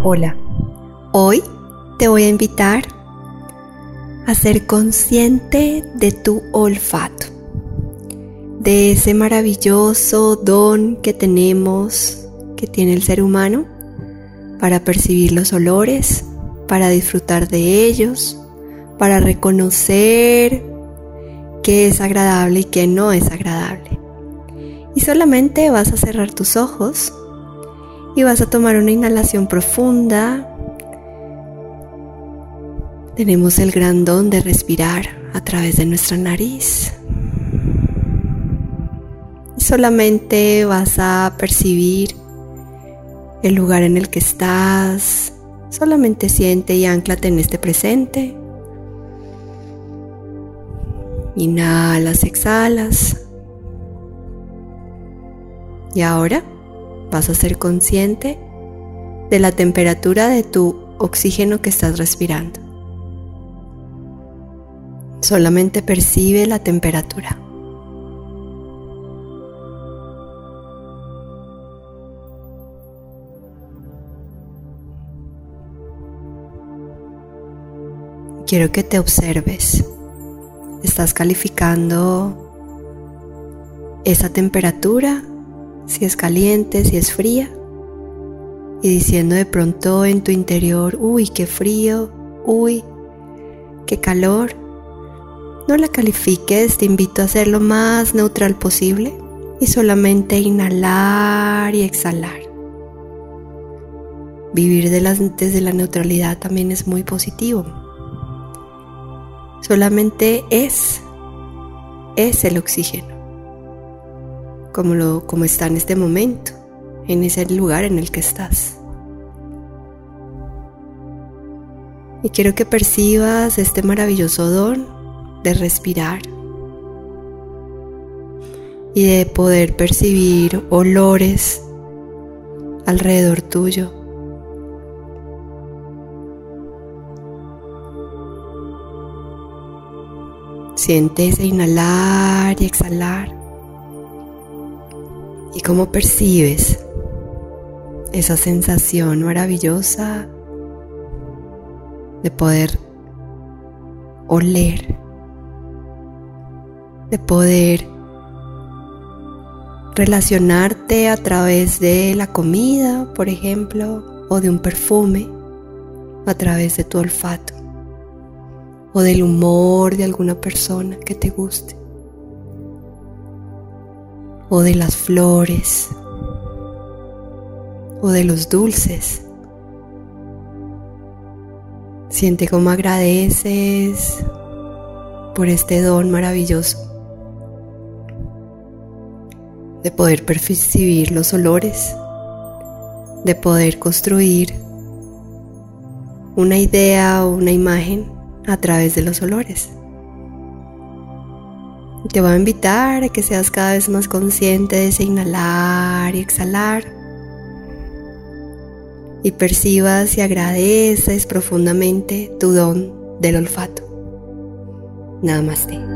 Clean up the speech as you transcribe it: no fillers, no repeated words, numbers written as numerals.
Hola, hoy te voy a invitar a ser consciente de tu olfato, de ese maravilloso don que tenemos, que tiene el ser humano, para percibir los olores, para disfrutar de ellos, para reconocer qué es agradable y qué no es agradable. Y solamente vas a cerrar tus ojos y vas a tomar una inhalación profunda. Tenemos el gran don de respirar a través de nuestra nariz. Y solamente vas a percibir el lugar en el que estás. Solamente siente y ánclate en este presente. Inhalas, exhalas. Y ahora vas a ser consciente de la temperatura de tu oxígeno que estás respirando. Solamente percibe la temperatura. Quiero que te observes. ¿Estás calificando esa temperatura? Si es caliente, si es fría, y diciendo de pronto en tu interior, uy, qué frío, uy, qué calor. No la califiques, te invito a ser lo más neutral posible y solamente inhalar y exhalar. Vivir desde la neutralidad también es muy positivo. Solamente es el oxígeno. Como está en este momento, en ese lugar en el que estás. Y quiero que percibas este maravilloso don de respirar y de poder percibir olores alrededor tuyo. Siente ese inhalar y exhalar. ¿Y cómo percibes esa sensación maravillosa de poder oler, de poder relacionarte a través de la comida, por ejemplo, o de un perfume, a través de tu olfato, o del humor de alguna persona que te guste? O de las flores, o de los dulces. Siente cómo agradeces por este don maravilloso de poder percibir los olores, de poder construir una idea o una imagen a través de los olores. Te voy a invitar a que seas cada vez más consciente de ese inhalar y exhalar y percibas y agradeces profundamente tu don del olfato. Namaste.